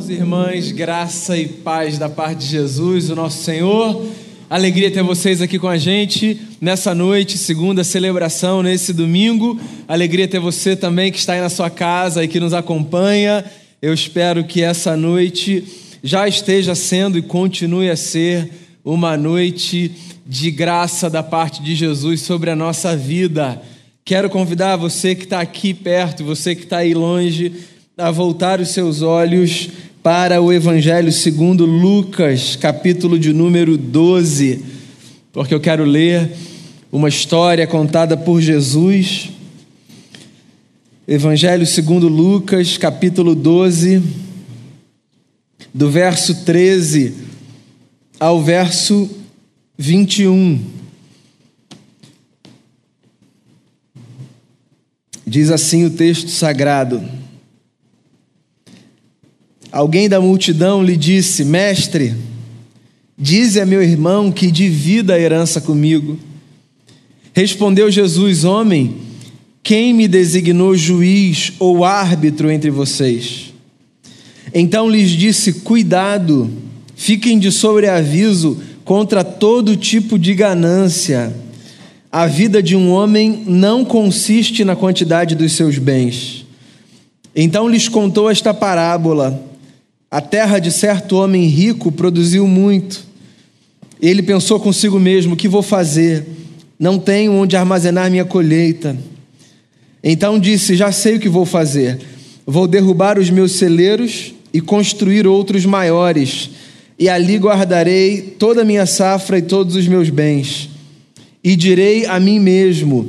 Irmãos e irmãs, graça e paz da parte de Jesus, o nosso Senhor. Alegria ter vocês aqui com a gente nessa noite, segunda celebração, nesse domingo. Alegria ter você também que está aí na sua casa e que nos acompanha. Eu espero que essa noite já esteja sendo e continue a ser uma noite de graça da parte de Jesus sobre a nossa vida. Quero convidar você que está aqui perto, você que está aí longe, a voltar os seus olhos para o Evangelho segundo Lucas, capítulo de número 12, porque eu quero ler uma história contada por Jesus. Evangelho segundo Lucas, capítulo 12, do verso 13 ao verso 21. Diz assim o texto sagrado: Alguém da multidão lhe disse: Mestre, dize a meu irmão que divida a herança comigo. Respondeu Jesus: Homem, quem me designou juiz ou árbitro entre vocês? Então lhes disse: Cuidado, fiquem de sobreaviso contra todo tipo de ganância. A vida de um homem não consiste na quantidade dos seus bens. Então lhes contou esta parábola: A terra de certo homem rico produziu muito. Ele pensou consigo mesmo: O que vou fazer? Não tenho onde armazenar minha colheita. Então disse: Já sei o que vou fazer. Vou derrubar os meus celeiros e construir outros maiores, e ali guardarei toda a minha safra e todos os meus bens. E direi a mim mesmo: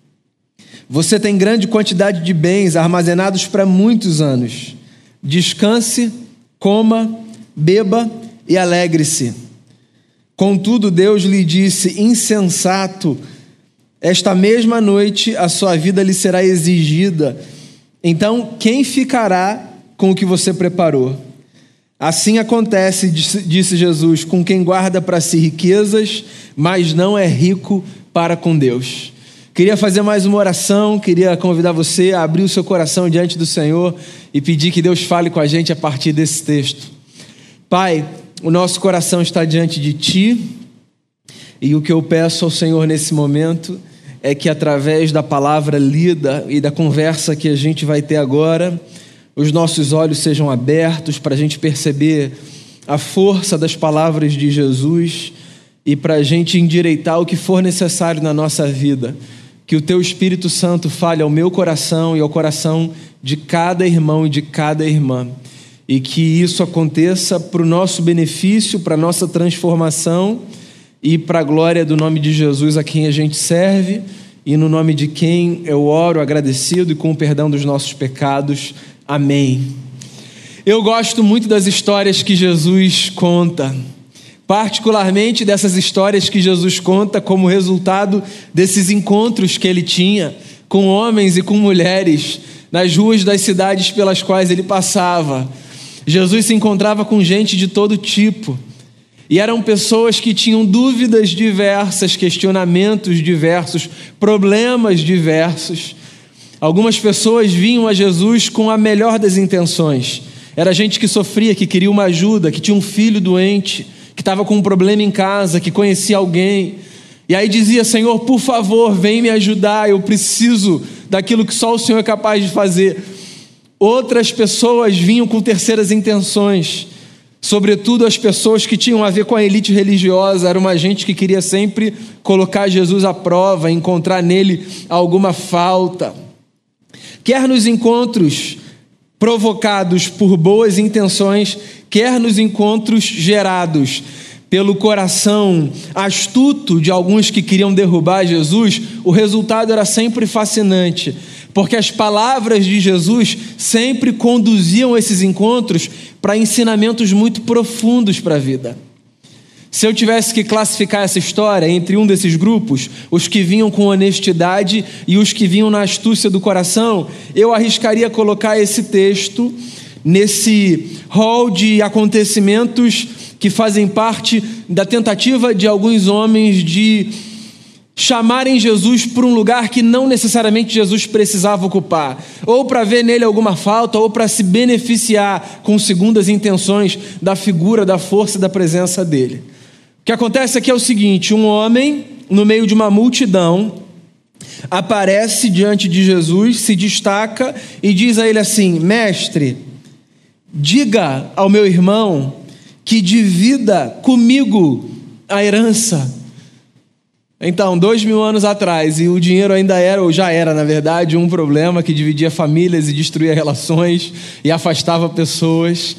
Você tem grande quantidade de bens armazenados para muitos anos. Descanse, coma, beba e alegre-se. Contudo, Deus lhe disse: Insensato, esta mesma noite a sua vida lhe será exigida. Então, quem ficará com o que você preparou? Assim acontece, disse Jesus, com quem guarda para si riquezas, mas não é rico para com Deus. Queria fazer mais uma oração, queria convidar você a abrir o seu coração diante do Senhor e pedir que Deus fale com a gente a partir desse texto. Pai, o nosso coração está diante de Ti, e o que eu peço ao Senhor nesse momento é que através da palavra lida e da conversa que a gente vai ter agora, os nossos olhos sejam abertos para a gente perceber a força das palavras de Jesus e para a gente endireitar o que for necessário na nossa vida. Que o Teu Espírito Santo fale ao meu coração e ao coração de cada irmão e de cada irmã. E que isso aconteça para o nosso benefício, para a nossa transformação e para a glória do nome de Jesus a quem a gente serve e no nome de quem eu oro agradecido e com o perdão dos nossos pecados. Amém. Eu gosto muito das histórias que Jesus conta, particularmente dessas histórias que Jesus conta como resultado desses encontros que ele tinha com homens e com mulheres nas ruas das cidades pelas quais ele passava. Jesus se encontrava com gente de todo tipo, e eram pessoas que tinham dúvidas diversas, questionamentos diversos, problemas diversos. Algumas pessoas vinham a Jesus com a melhor das intenções. Era gente que sofria, que queria uma ajuda, que tinha um filho doente, que estava com um problema em casa, que conhecia alguém. E aí dizia: Senhor, por favor, vem me ajudar, eu preciso daquilo que só o Senhor é capaz de fazer. Outras pessoas vinham com terceiras intenções, sobretudo as pessoas que tinham a ver com a elite religiosa. Era uma gente que queria sempre colocar Jesus à prova, encontrar nele alguma falta. Quer nos encontros provocados por boas intenções, quer nos encontros gerados pelo coração astuto de alguns que queriam derrubar Jesus, o resultado era sempre fascinante, porque as palavras de Jesus sempre conduziam esses encontros para ensinamentos muito profundos para a vida. Se eu tivesse que classificar essa história entre um desses grupos, os que vinham com honestidade e os que vinham na astúcia do coração, eu arriscaria colocar esse texto nesse rol de acontecimentos que fazem parte da tentativa de alguns homens de chamarem Jesus para um lugar que não necessariamente Jesus precisava ocupar, ou para ver nele alguma falta, ou para se beneficiar com segundas intenções da figura, da força e da presença dele. O que acontece aqui é o seguinte: um homem, no meio de uma multidão, aparece diante de Jesus, se destaca e diz a ele assim: mestre, diga ao meu irmão que divida comigo a herança. Então, 2000 anos atrás, e o dinheiro ainda era, ou já era, na verdade, um problema que dividia famílias e destruía relações e afastava pessoas.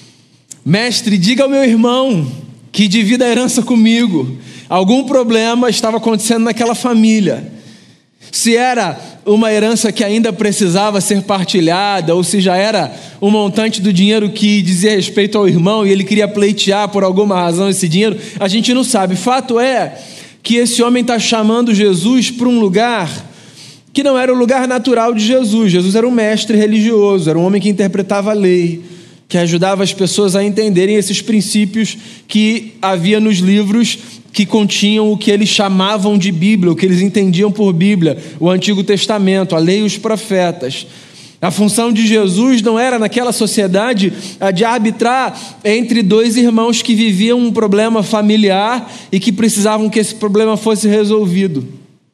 Mestre, diga ao meu irmão que divida a herança comigo. Algum problema estava acontecendo naquela família. Se era uma herança que ainda precisava ser partilhada, ou se já era um montante do dinheiro que dizia respeito ao irmão e ele queria pleitear por alguma razão esse dinheiro, a gente não sabe. Fato é que esse homem está chamando Jesus para um lugar que não era o lugar natural de Jesus. Jesus era um mestre religioso, era um homem que interpretava a lei, que ajudava as pessoas a entenderem esses princípios que havia nos livros que continham o que eles chamavam de Bíblia, o que eles entendiam por Bíblia, o Antigo Testamento, a lei e os profetas. A função de Jesus não era, naquela sociedade, a de arbitrar entre dois irmãos que viviam um problema familiar e que precisavam que esse problema fosse resolvido.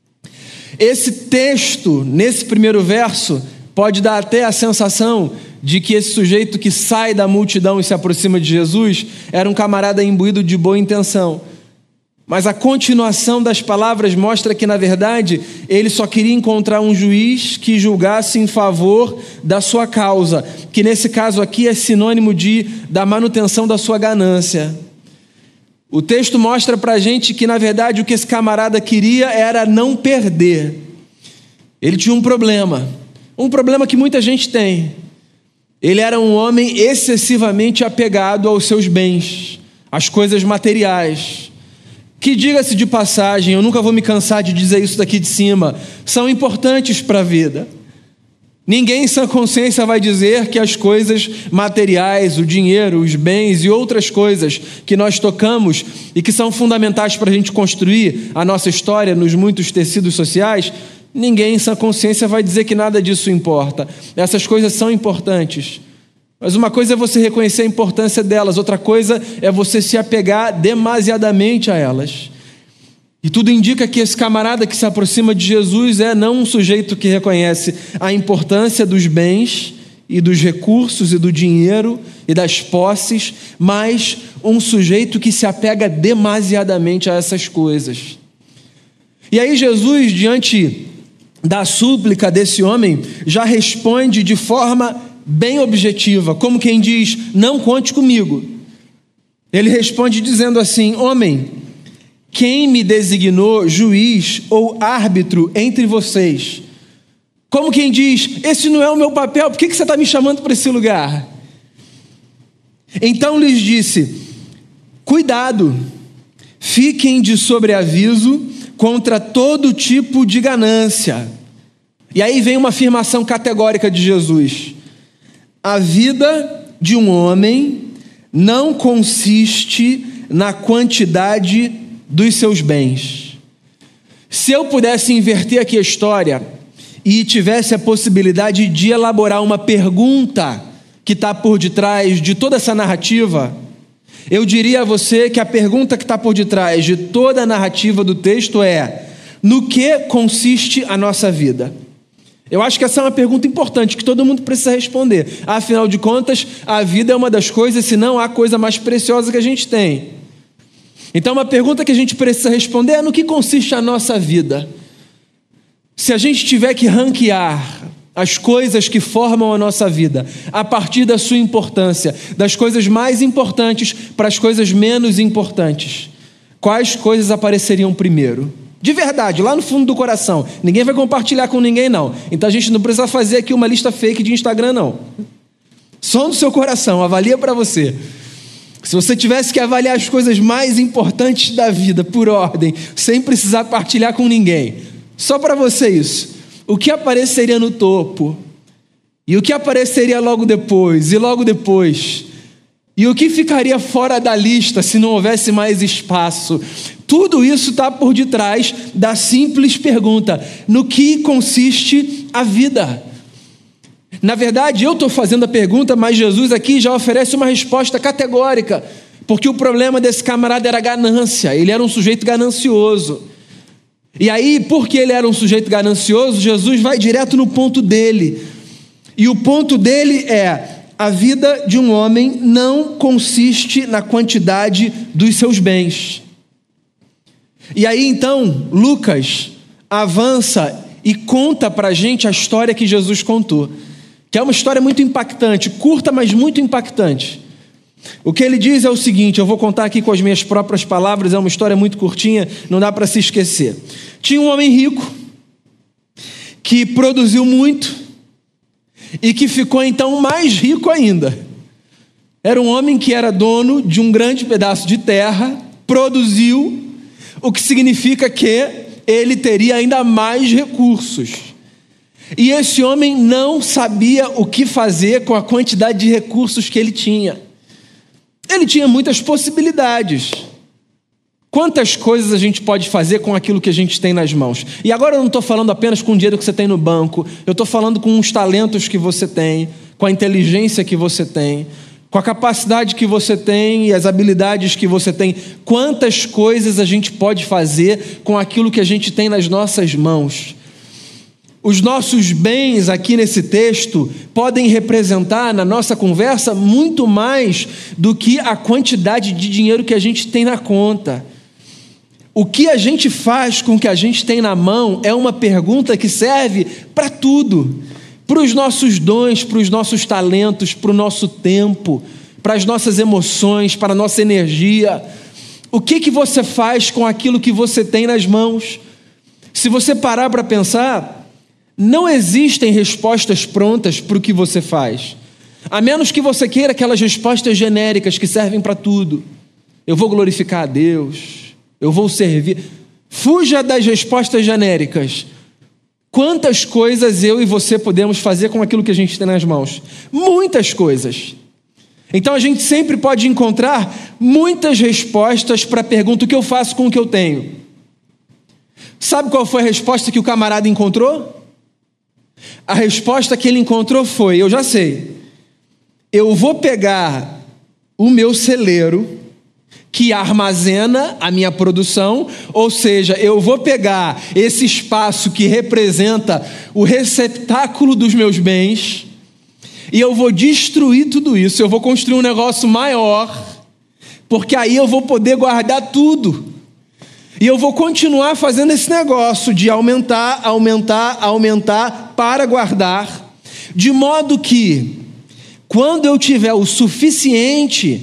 Esse texto, nesse primeiro verso, pode dar até a sensação de que esse sujeito que sai da multidão e se aproxima de Jesus era um camarada imbuído de boa intenção. Mas a continuação das palavras mostra que, na verdade, ele só queria encontrar um juiz que julgasse em favor da sua causa, que nesse caso aqui é sinônimo da manutenção da sua ganância. O texto mostra para a gente que, na verdade, o que esse camarada queria era não perder. Ele tinha um problema que muita gente tem. Ele era um homem excessivamente apegado aos seus bens, às coisas materiais, que, diga-se de passagem, eu nunca vou me cansar de dizer isso daqui de cima, são importantes para a vida. Ninguém em sã consciência vai dizer que as coisas materiais, o dinheiro, os bens e outras coisas que nós tocamos e que são fundamentais para a gente construir a nossa história nos muitos tecidos sociais, ninguém em sã consciência vai dizer que nada disso importa. Essas coisas são importantes. Mas uma coisa é você reconhecer a importância delas, outra coisa é você se apegar demasiadamente a elas. E tudo indica que esse camarada que se aproxima de Jesus é não um sujeito que reconhece a importância dos bens e dos recursos e do dinheiro e das posses, mas um sujeito que se apega demasiadamente a essas coisas. E aí Jesus, diante da súplica desse homem, já responde de forma bem objetiva, como quem diz: não conte comigo. Ele responde dizendo assim: homem, quem me designou juiz ou árbitro entre vocês? Como quem diz: esse não é o meu papel, por que você está me chamando para esse lugar? Então lhes disse: cuidado, fiquem de sobreaviso contra todo tipo de ganância. E aí vem uma afirmação categórica de Jesus: a vida de um homem não consiste na quantidade dos seus bens. Se eu pudesse inverter aqui a história e tivesse a possibilidade de elaborar uma pergunta que está por detrás de toda essa narrativa, eu diria a você que a pergunta que está por detrás de toda a narrativa do texto é: no que consiste a nossa vida? Eu acho que essa é uma pergunta importante que todo mundo precisa responder. Afinal de contas, a vida é uma das coisas, se não a coisa mais preciosa que a gente tem. Então, uma pergunta que a gente precisa responder é: no que consiste a nossa vida? Se a gente tiver que ranquear as coisas que formam a nossa vida a partir da sua importância, das coisas mais importantes para as coisas menos importantes, quais coisas apareceriam primeiro? De verdade, lá no fundo do coração. Ninguém vai compartilhar com ninguém, não. Então a gente não precisa fazer aqui uma lista fake de Instagram, não. Só no seu coração, avalia para você. Se você tivesse que avaliar as coisas mais importantes da vida por ordem, sem precisar partilhar com ninguém, só para você isso, o que apareceria no topo? E o que apareceria logo depois? E logo depois? E o que ficaria fora da lista se não houvesse mais espaço? Tudo isso está por detrás da simples pergunta: no que consiste a vida? Na verdade, eu estou fazendo a pergunta, mas Jesus aqui já oferece uma resposta categórica, porque o problema desse camarada era ganância. Ele era um sujeito ganancioso. E aí, porque ele era um sujeito ganancioso, Jesus vai direto no ponto dele. E o ponto dele é: a vida de um homem não consiste na quantidade dos seus bens. E aí então, Lucas avança e conta para a gente a história que Jesus contou, que é uma história muito impactante, curta, mas muito impactante. O que ele diz é o seguinte, eu vou contar aqui com as minhas próprias palavras, é uma história muito curtinha, não dá para se esquecer. Tinha um homem rico, que produziu muito, e que ficou então mais rico ainda. Era um homem que era dono de um grande pedaço de terra, produziu, o que significa que ele teria ainda mais recursos. E esse homem não sabia o que fazer com a quantidade de recursos que ele tinha. Ele tinha muitas possibilidades. Quantas coisas a gente pode fazer com aquilo que a gente tem nas mãos? E agora eu não estou falando apenas com o dinheiro que você tem no banco, eu estou falando com os talentos que você tem, com a inteligência que você tem, com a capacidade que você tem e as habilidades que você tem. Quantas coisas a gente pode fazer com aquilo que a gente tem nas nossas mãos? Os nossos bens aqui nesse texto podem representar na nossa conversa muito mais do que a quantidade de dinheiro que a gente tem na conta. O que a gente faz com o que a gente tem na mão é uma pergunta que serve para tudo. Para os nossos dons, para os nossos talentos, para o nosso tempo, para as nossas emoções, para a nossa energia. O que você faz com aquilo que você tem nas mãos? Se você parar para pensar, não existem respostas prontas para o que você faz. A menos que você queira aquelas respostas genéricas que servem para tudo. Eu vou glorificar a Deus, eu vou servir. Fuja das respostas genéricas. Quantas coisas eu e você podemos fazer com aquilo que a gente tem nas mãos? Muitas coisas. Então a gente sempre pode encontrar muitas respostas para a pergunta: o que eu faço com o que eu tenho? Sabe qual foi a resposta que o camarada encontrou? A resposta que ele encontrou foi: eu já sei, eu vou pegar o meu celeiro que armazena a minha produção, ou seja, eu vou pegar esse espaço que representa o receptáculo dos meus bens e eu vou destruir tudo isso, eu vou construir um negócio maior, porque aí eu vou poder guardar tudo. E eu vou continuar fazendo esse negócio de aumentar para guardar, de modo que, quando eu tiver o suficiente,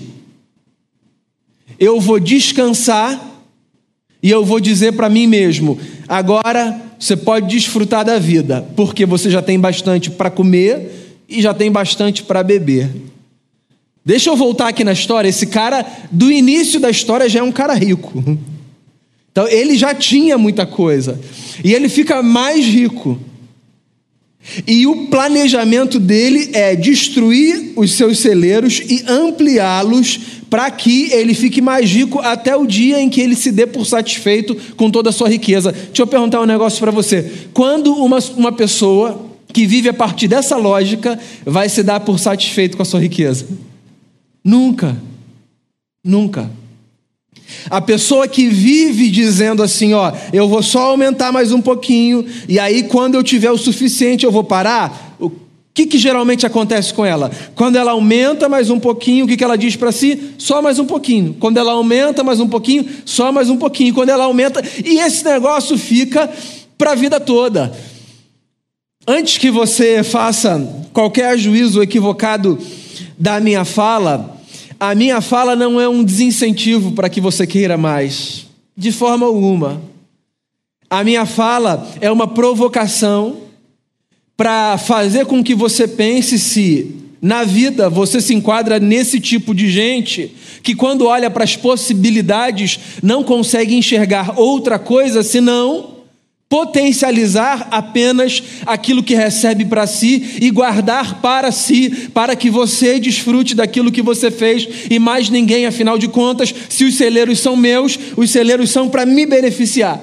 eu vou descansar e eu vou dizer para mim mesmo: agora você pode desfrutar da vida, porque você já tem bastante para comer e já tem bastante para beber. Deixa eu voltar aqui na história. Esse cara, do início da história, já é um cara rico. Então ele já tinha muita coisa e ele fica mais rico. E o planejamento dele é destruir os seus celeiros e ampliá-los para que ele fique mais rico até o dia em que ele se dê por satisfeito com toda a sua riqueza. Deixa eu perguntar um negócio para você. Quando uma pessoa que vive a partir dessa lógica vai se dar por satisfeito com a sua riqueza? Nunca. Nunca. A pessoa que vive dizendo assim, ó, eu vou só aumentar mais um pouquinho, e aí quando eu tiver o suficiente eu vou parar. O que geralmente acontece com ela? Quando ela aumenta mais um pouquinho, o que ela diz para si? Só mais um pouquinho. Quando ela aumenta mais um pouquinho, só mais um pouquinho. Quando ela aumenta, e esse negócio fica para a vida toda. Antes que você faça qualquer juízo equivocado da minha fala, a minha fala não é um desincentivo para que você queira mais, de forma alguma. A minha fala é uma provocação para fazer com que você pense se, na vida, você se enquadra nesse tipo de gente que, quando olha para as possibilidades, não consegue enxergar outra coisa senão potencializar apenas aquilo que recebe para si e guardar para si, para que você desfrute daquilo que você fez e mais ninguém. Afinal de contas, se os celeiros são meus, os celeiros são para me beneficiar.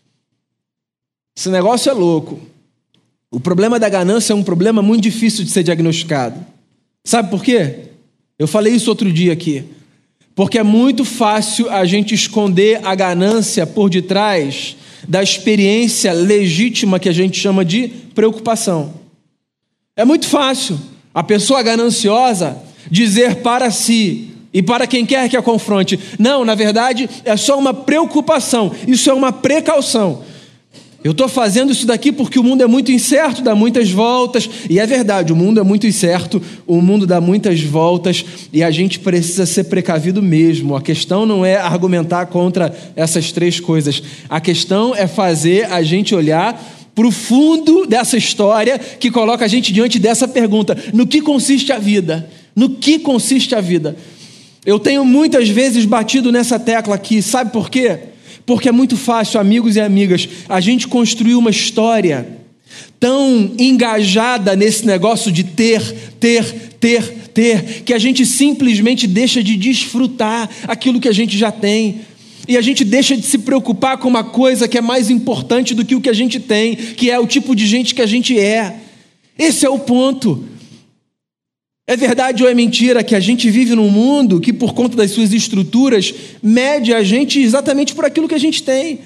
Esse negócio é louco. O problema da ganância é um problema muito difícil de ser diagnosticado. Sabe por quê? Eu falei isso outro dia aqui. Porque é muito fácil a gente esconder a ganância por detrás da experiência legítima que a gente chama de preocupação. É muito fácil a pessoa gananciosa dizer para si e para quem quer que a confronte: não, na verdade é só uma preocupação, isso é uma precaução. Eu estou fazendo isso daqui porque o mundo é muito incerto, dá muitas voltas. E é verdade, o mundo é muito incerto, o mundo dá muitas voltas e a gente precisa ser precavido mesmo. A questão não é argumentar contra essas três coisas. A questão é fazer a gente olhar para o fundo dessa história que coloca a gente diante dessa pergunta: no que consiste a vida? No que consiste a vida? Eu tenho muitas vezes batido nessa tecla aqui, sabe por quê? Porque é muito fácil, amigos e amigas, a gente construir uma história tão engajada nesse negócio de ter, que a gente simplesmente deixa de desfrutar aquilo que a gente já tem. E a gente deixa de se preocupar com uma coisa que é mais importante do que o que a gente tem, que é o tipo de gente que a gente é. Esse é o ponto. É verdade ou é mentira que a gente vive num mundo que, por conta das suas estruturas, mede a gente exatamente por aquilo que a gente tem?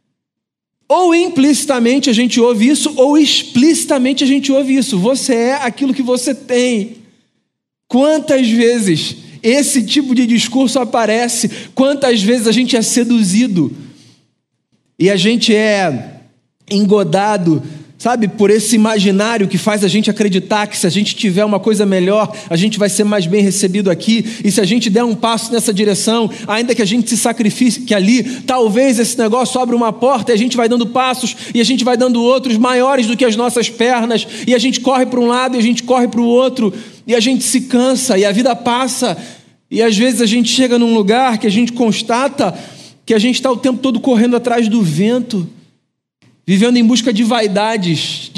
Ou implicitamente a gente ouve isso, ou explicitamente a gente ouve isso. Você é aquilo que você tem. Quantas vezes esse tipo de discurso aparece? Quantas vezes a gente é seduzido e a gente é engodado, sabe, por esse imaginário que faz a gente acreditar que se a gente tiver uma coisa melhor, a gente vai ser mais bem recebido aqui, e se a gente der um passo nessa direção, ainda que a gente se sacrifique ali, talvez esse negócio abra uma porta e a gente vai dando passos, e a gente vai dando outros maiores do que as nossas pernas, e a gente corre para um lado e a gente corre para o outro, e a gente se cansa, e a vida passa, e às vezes a gente chega num lugar que a gente constata que a gente está o tempo todo correndo atrás do vento, vivendo em busca de vaidades.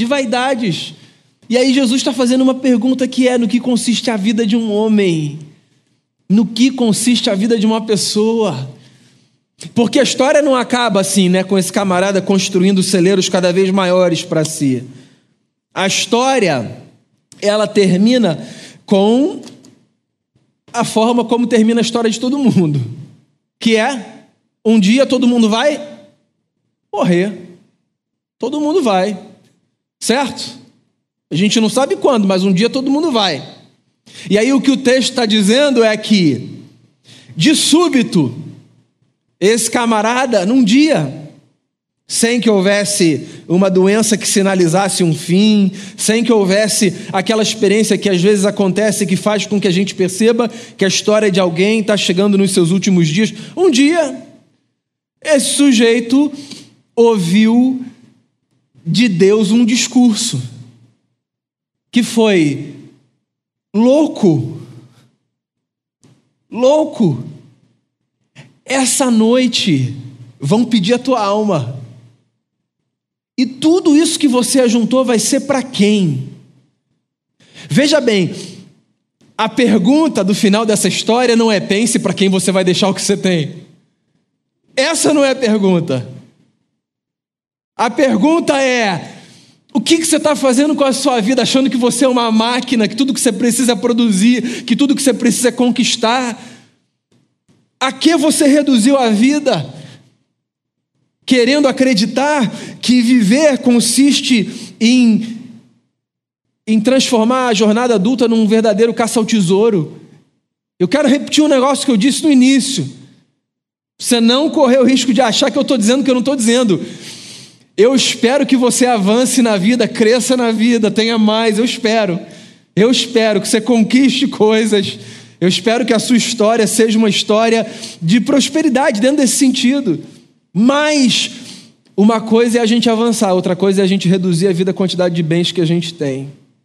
E aí Jesus está fazendo uma pergunta que é: no que consiste a vida de um homem? No que consiste a vida de uma pessoa? Porque a história não acaba assim, né, com esse camarada construindo celeiros cada vez maiores para si. A história, ela termina com a forma como termina a história de todo mundo, que é: um dia todo mundo vai morrer. Todo mundo vai, certo? A gente não sabe quando, mas um dia todo mundo vai. E aí o que o texto está dizendo é que, de súbito, esse camarada, num dia, sem que houvesse uma doença que sinalizasse um fim, sem que houvesse aquela experiência que às vezes acontece, que faz com que a gente perceba que a história de alguém está chegando nos seus últimos dias, um dia, esse sujeito ouviu de Deus um discurso que foi louco. Essa noite vão pedir a tua alma, e tudo isso que você ajuntou vai ser para quem? Veja bem, a pergunta do final dessa história não é: pense para quem você vai deixar o que você tem. Essa não é a pergunta. A pergunta é: o que você está fazendo com a sua vida, achando que você é uma máquina, que tudo que você precisa produzir, que tudo que você precisa conquistar? A que você reduziu a vida? Querendo acreditar que viver consiste em transformar a jornada adulta num verdadeiro caça ao tesouro. Eu quero repetir um negócio que eu disse no início. Você não correu o risco de achar que eu estou dizendo o que eu não estou dizendo. Eu espero que você avance na vida, cresça na vida, tenha mais. Eu espero que você conquiste coisas. Eu espero que a sua história seja uma história de prosperidade dentro desse sentido. Mas uma coisa é a gente avançar, outra coisa é a gente reduzir a vida, a quantidade de bens que a gente tem.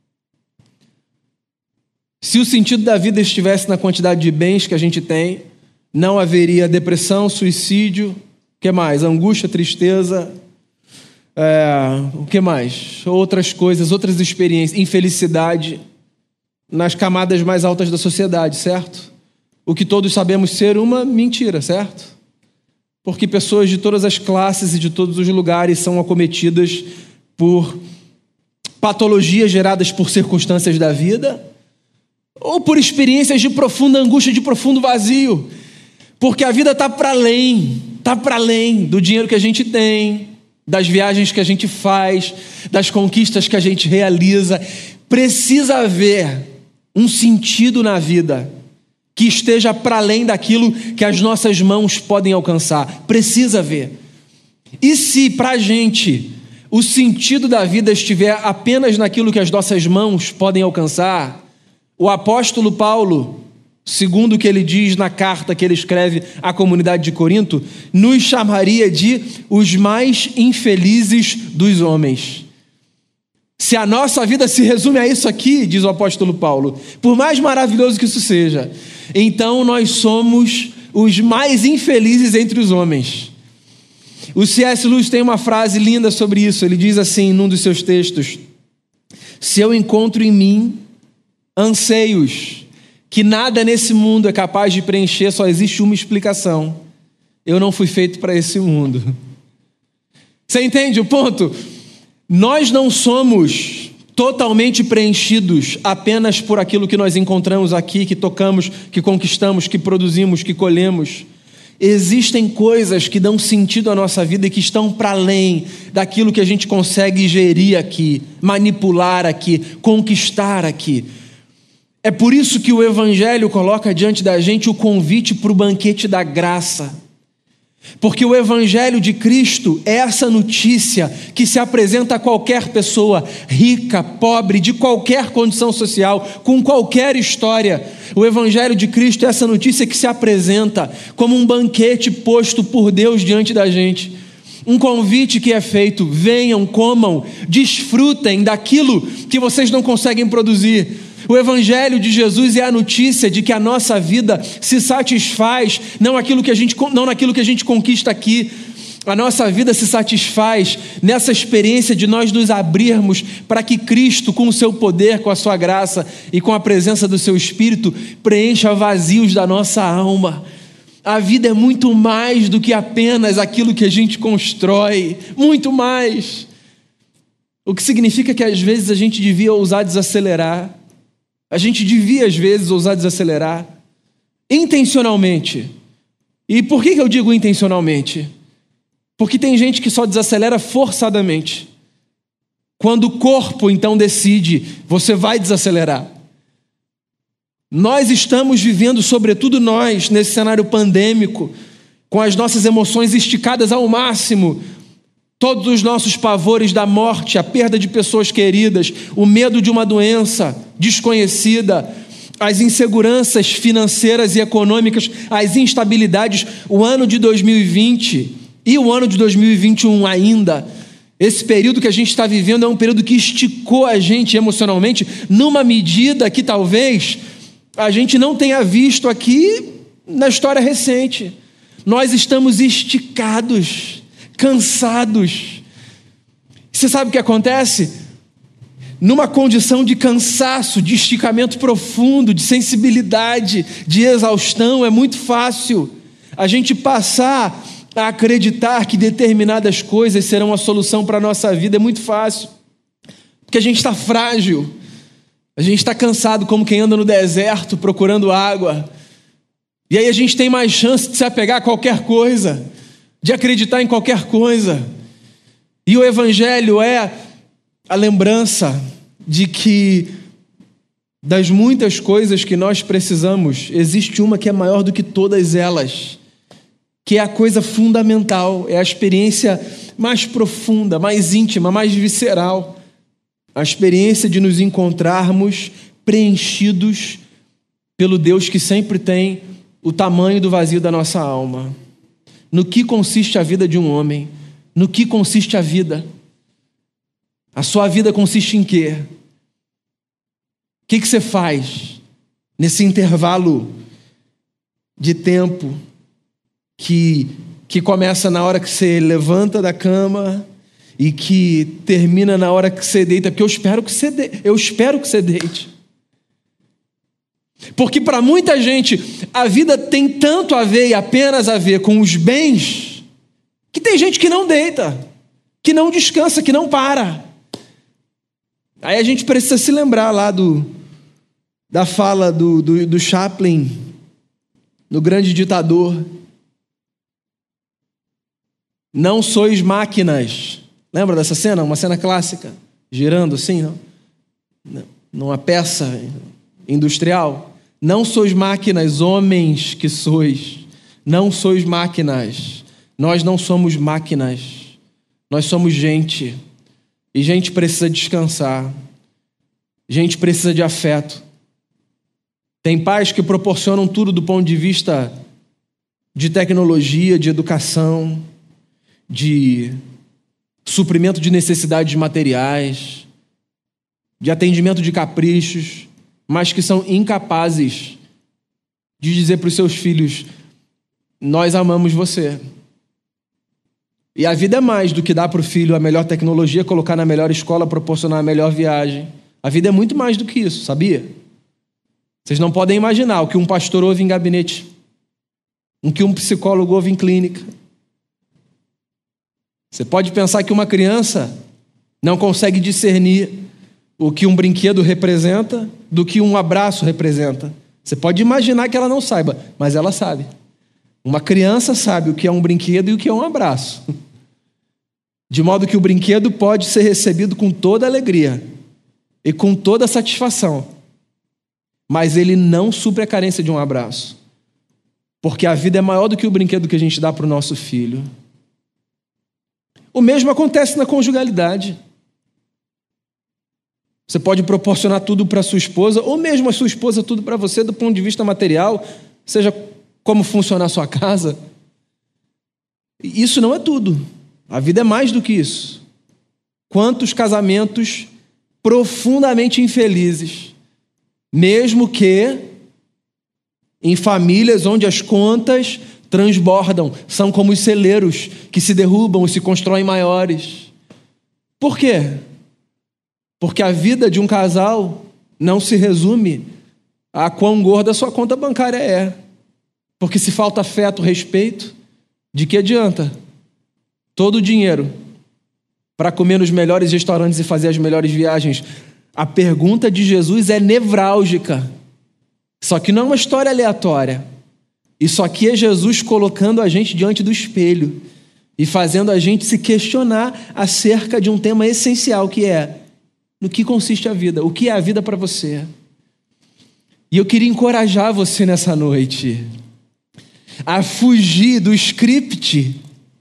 Se o sentido da vida estivesse na quantidade de bens que a gente tem, não haveria depressão, suicídio, o que mais? Angústia, tristeza, O que mais? Outras coisas, outras experiências, infelicidade nas camadas mais altas da sociedade, certo? O que todos sabemos ser uma mentira, certo? Porque pessoas de todas as classes e de todos os lugares são acometidas por patologias geradas por circunstâncias da vida ou por experiências de profunda angústia, de profundo vazio. Porque a vida está para além do dinheiro que a gente tem, das viagens que a gente faz, das conquistas que a gente realiza. Precisa haver um sentido na vida que esteja para além daquilo que as nossas mãos podem alcançar. Precisa haver. E se para a gente o sentido da vida estiver apenas naquilo que as nossas mãos podem alcançar, o apóstolo Paulo, segundo o que ele diz na carta que ele escreve à comunidade de Corinto, nos chamaria de os mais infelizes dos homens. Se a nossa vida se resume a isso aqui, diz o apóstolo Paulo, por mais maravilhoso que isso seja, então nós somos os mais infelizes entre os homens. O C.S. Lewis tem uma frase linda sobre isso. Ele diz assim, num dos seus textos: se eu encontro em mim anseios que nada nesse mundo é capaz de preencher, só existe uma explicação: eu não fui feito para esse mundo. Você entende o ponto? Nós não somos totalmente preenchidos apenas por aquilo que nós encontramos aqui, que tocamos, que conquistamos, que produzimos, que colhemos. Existem coisas que dão sentido à nossa vida e que estão para além daquilo que a gente consegue gerir aqui, manipular aqui, conquistar aqui. É por isso que o Evangelho coloca diante da gente o convite para o banquete da graça. Porque o Evangelho de Cristo é essa notícia que se apresenta a qualquer pessoa, rica, pobre, de qualquer condição social, com qualquer história. O Evangelho de Cristo é essa notícia que se apresenta como um banquete posto por Deus diante da gente. Um convite que é feito: venham, comam, desfrutem daquilo que vocês não conseguem produzir. O Evangelho de Jesus é a notícia de que a nossa vida se satisfaz não naquilo que a gente conquista aqui. A nossa vida se satisfaz nessa experiência de nós nos abrirmos para que Cristo, com o seu poder, com a sua graça e com a presença do seu Espírito, preencha vazios da nossa alma. A vida é muito mais do que apenas aquilo que a gente constrói, muito mais. O que significa que às vezes a gente devia ousar desacelerar. A gente devia, às vezes, ousar desacelerar intencionalmente. E por que eu digo intencionalmente? Porque tem gente que só desacelera forçadamente. Quando o corpo, então, decide, você vai desacelerar. Nós estamos vivendo, sobretudo nós, nesse cenário pandêmico, com as nossas emoções esticadas ao máximo, todos os nossos pavores da morte, a perda de pessoas queridas, o medo de uma doença desconhecida, as inseguranças financeiras e econômicas, as instabilidades, o ano de 2020 e o ano de 2021 ainda. Esse período que a gente está vivendo é um período que esticou a gente emocionalmente numa medida que talvez a gente não tenha visto aqui na história recente. Nós estamos esticados, cansados. Você sabe o que acontece? Numa condição de cansaço, de esticamento profundo, de sensibilidade, de exaustão, é muito fácil a gente passar a acreditar que determinadas coisas serão a solução para a nossa vida. É muito fácil, porque a gente está frágil, a gente está cansado como quem anda no deserto procurando água, e aí a gente tem mais chance de se apegar a qualquer coisa, de acreditar em qualquer coisa. E o Evangelho é a lembrança de que das muitas coisas que nós precisamos, existe uma que é maior do que todas elas, que é a coisa fundamental, é a experiência mais profunda, mais íntima, mais visceral, a experiência de nos encontrarmos preenchidos pelo Deus que sempre tem o tamanho do vazio da nossa alma. No que consiste a vida de um homem? No que consiste a vida? A sua vida consiste em quê? O que você faz nesse intervalo de tempo que começa na hora que você levanta da cama e que termina na hora que você deita, porque eu espero que você deite. Porque para muita gente a vida tem tanto a ver e apenas a ver com os bens, que tem gente que não deita, que não descansa, que não para. Aí a gente precisa se lembrar lá da fala do Chaplin, no Grande Ditador. Não sois máquinas. Lembra dessa cena? Uma cena clássica, girando assim, não? Numa peça industrial. Não sois máquinas, homens que sois. Não sois máquinas. Nós não somos máquinas. Nós somos gente. E gente precisa descansar. Gente precisa de afeto. Tem pais que proporcionam tudo do ponto de vista de tecnologia, de educação, de suprimento de necessidades materiais, de atendimento de caprichos, mas que são incapazes de dizer para os seus filhos: nós amamos você. E a vida é mais do que dar para o filho a melhor tecnologia, colocar na melhor escola, proporcionar a melhor viagem. A vida é muito mais do que isso, sabia? Vocês não podem imaginar o que um pastor ouve em gabinete, o que um psicólogo ouve em clínica. Você pode pensar que uma criança não consegue discernir o que um brinquedo representa do que um abraço representa. Você pode imaginar que ela não saiba, mas ela sabe. Uma criança sabe o que é um brinquedo e o que é um abraço. De modo que o brinquedo pode ser recebido com toda alegria e com toda satisfação, mas ele não supre a carência de um abraço, porque a vida é maior do que o brinquedo que a gente dá para o nosso filho. O mesmo acontece na conjugalidade. Você pode proporcionar tudo para sua esposa, ou mesmo a sua esposa tudo para você do ponto de vista material, seja como funcionar a sua casa. Isso não é tudo. A vida é mais do que isso. Quantos casamentos profundamente infelizes, mesmo que em famílias onde as contas transbordam, são como os celeiros que se derrubam e se constroem maiores. Por quê? Porque a vida de um casal não se resume a quão gorda a sua conta bancária é. Porque se falta afeto, respeito, de que adianta todo o dinheiro para comer nos melhores restaurantes e fazer as melhores viagens? A pergunta de Jesus é nevrálgica. Só que não é uma história aleatória. Isso aqui é Jesus colocando a gente diante do espelho e fazendo a gente se questionar acerca de um tema essencial, que é: no que consiste a vida? O que é a vida para você? E eu queria encorajar você nessa noite a fugir do script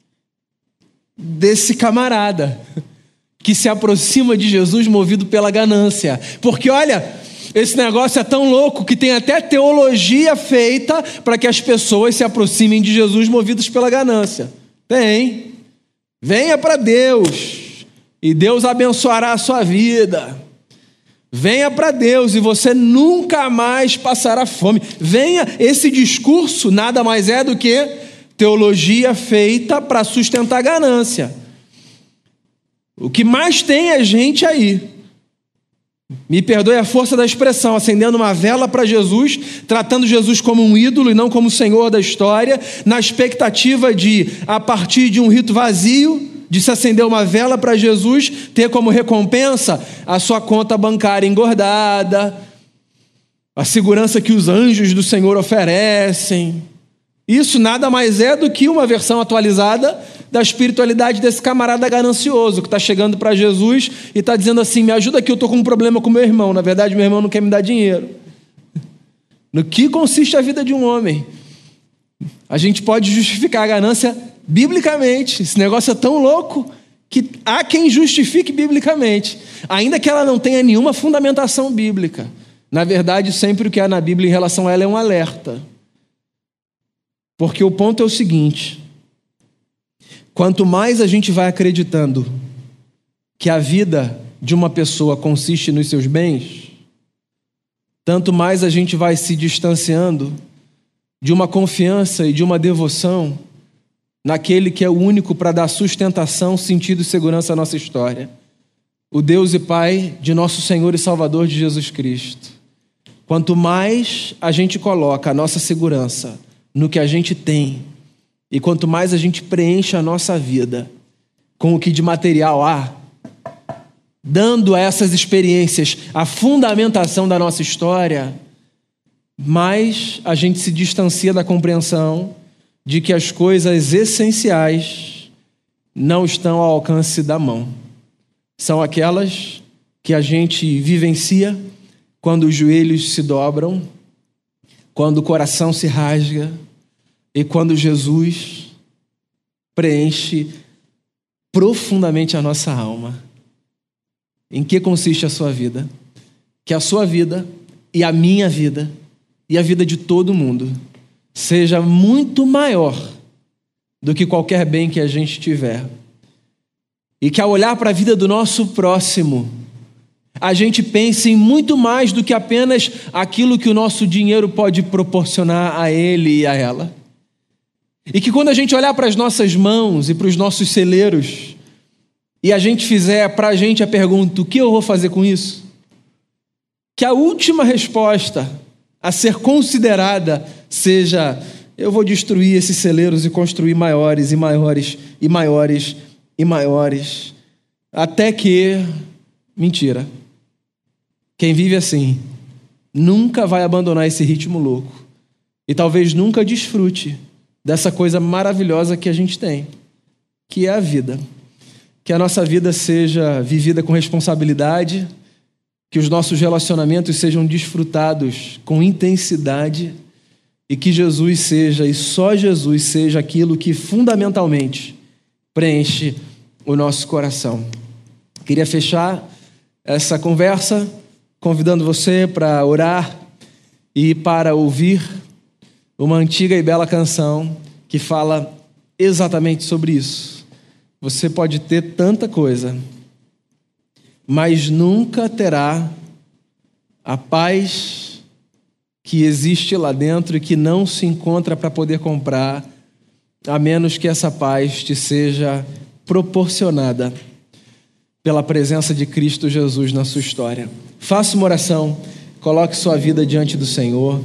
desse camarada que se aproxima de Jesus movido pela ganância. Porque olha, esse negócio é tão louco que tem até teologia feita para que as pessoas se aproximem de Jesus movidos pela ganância. Tem. Venha para Deus e Deus abençoará a sua vida. Venha para Deus e você nunca mais passará fome. Venha, esse discurso nada mais é do que teologia feita para sustentar a ganância. O que mais tem é gente aí, me perdoe a força da expressão, acendendo uma vela para Jesus, tratando Jesus como um ídolo e não como o Senhor da história, na expectativa de, a partir de um rito vazio, de se acender uma vela para Jesus, ter como recompensa a sua conta bancária engordada, a segurança que os anjos do Senhor oferecem. Isso nada mais é do que uma versão atualizada da espiritualidade desse camarada ganancioso que está chegando para Jesus e está dizendo assim: me ajuda aqui, eu estou com um problema com meu irmão. Na verdade, meu irmão não quer me dar dinheiro. No que consiste a vida de um homem? A gente pode justificar a ganância biblicamente. Esse negócio é tão louco que há quem justifique biblicamente, ainda que ela não tenha nenhuma fundamentação bíblica. Na verdade, sempre o que há na Bíblia em relação a ela é um alerta. Porque o ponto é o seguinte: quanto mais a gente vai acreditando que a vida de uma pessoa consiste nos seus bens, tanto mais a gente vai se distanciando de uma confiança e de uma devoção naquele que é o único para dar sustentação, sentido e segurança à nossa história, o Deus e Pai de nosso Senhor e Salvador de Jesus Cristo. Quanto mais a gente coloca a nossa segurança no que a gente tem, e quanto mais a gente preenche a nossa vida com o que de material há, dando a essas experiências a fundamentação da nossa história, mais a gente se distancia da compreensão de que as coisas essenciais não estão ao alcance da mão. São aquelas que a gente vivencia quando os joelhos se dobram, quando o coração se rasga e quando Jesus preenche profundamente a nossa alma. Em que consiste a sua vida? Que a sua vida e a minha vida e a vida de todo mundo seja muito maior do que qualquer bem que a gente tiver. E que ao olhar para a vida do nosso próximo, a gente pense em muito mais do que apenas aquilo que o nosso dinheiro pode proporcionar a ele e a ela. E que quando a gente olhar para as nossas mãos e para os nossos celeiros, e a gente fizer para a gente a pergunta, o que eu vou fazer com isso? Que a última resposta a ser considerada seja, eu vou destruir esses celeiros e construir maiores e maiores e maiores e maiores, até que, mentira, quem vive assim nunca vai abandonar esse ritmo louco e talvez nunca desfrute dessa coisa maravilhosa que a gente tem, que é a vida. Que a nossa vida seja vivida com responsabilidade, que os nossos relacionamentos sejam desfrutados com intensidade e que Jesus seja, e só Jesus seja aquilo que fundamentalmente preenche o nosso coração. Queria fechar essa conversa convidando você para orar e para ouvir uma antiga e bela canção que fala exatamente sobre isso. Você pode ter tanta coisa, mas nunca terá a paz que existe lá dentro e que não se encontra para poder comprar, a menos que essa paz te seja proporcionada pela presença de Cristo Jesus na sua história. Faça uma oração, coloque sua vida diante do Senhor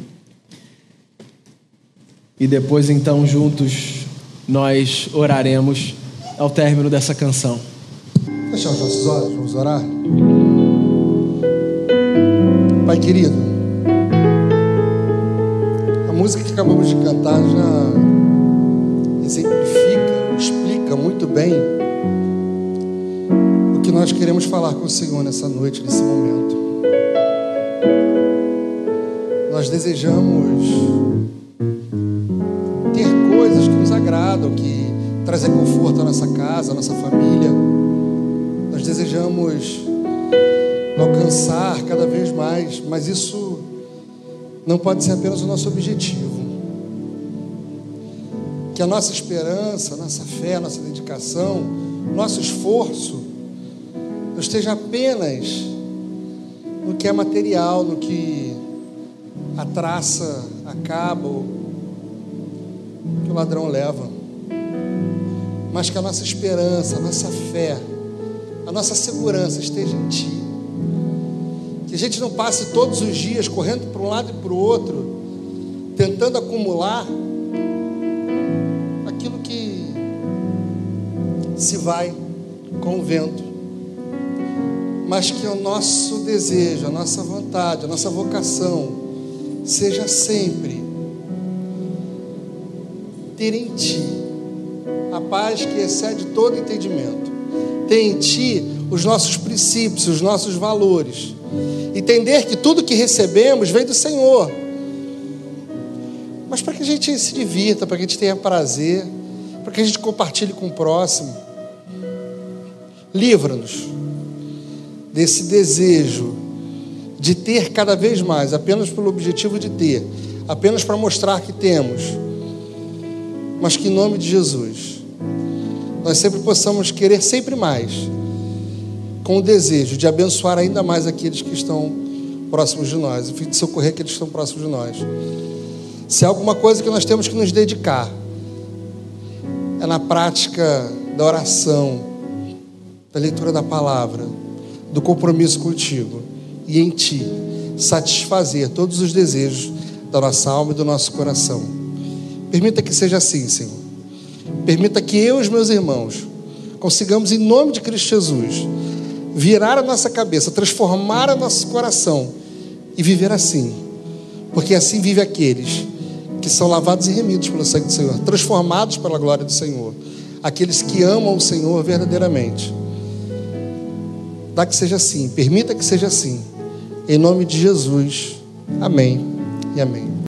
e depois então juntos nós oraremos ao término dessa canção. Fechar os nossos olhos, vamos orar. Pai querido, a música que acabamos de cantar já exemplifica, explica muito bem o que nós queremos falar com o Senhor nessa noite, nesse momento. Nós desejamos ter coisas que nos agradam, que trazem conforto à nossa casa, à nossa família. Nós desejamos alcançar cada vez mais, mas isso não pode ser apenas o nosso objetivo. Que a nossa esperança, a nossa fé, a nossa dedicação, nosso esforço não esteja apenas no que é material, no que a traça acaba, ou que o ladrão leva, mas que a nossa esperança, a nossa fé, a nossa segurança esteja em Ti. Que a gente não passe todos os dias correndo para um lado e para o outro, tentando acumular aquilo que se vai com o vento, mas que o nosso desejo, a nossa vontade, a nossa vocação seja sempre ter em Ti a paz que excede todo entendimento, ter em Ti os nossos princípios, os nossos valores, entender que tudo que recebemos vem do Senhor, mas para que a gente se divirta, para que a gente tenha prazer, para que a gente compartilhe com o próximo. Livra-nos desse desejo de ter cada vez mais, apenas pelo objetivo de ter, apenas para mostrar que temos, mas que em nome de Jesus nós sempre possamos querer sempre mais, com o desejo de abençoar ainda mais aqueles que estão próximos de nós, e de socorrer aqueles que estão próximos de nós. Se há alguma coisa que nós temos que nos dedicar, é na prática da oração, da leitura da palavra, do compromisso contigo e em ti satisfazer todos os desejos da nossa alma e do nosso coração. Permita que seja assim, Senhor. Permita que eu e os meus irmãos consigamos, em nome de Cristo Jesus, virar a nossa cabeça, transformar o nosso coração e viver assim, porque assim vive aqueles que são lavados e remidos pelo sangue do Senhor, transformados pela glória do Senhor, aqueles que amam o Senhor verdadeiramente. Dá que seja assim, permita que seja assim, em nome de Jesus, amém e amém.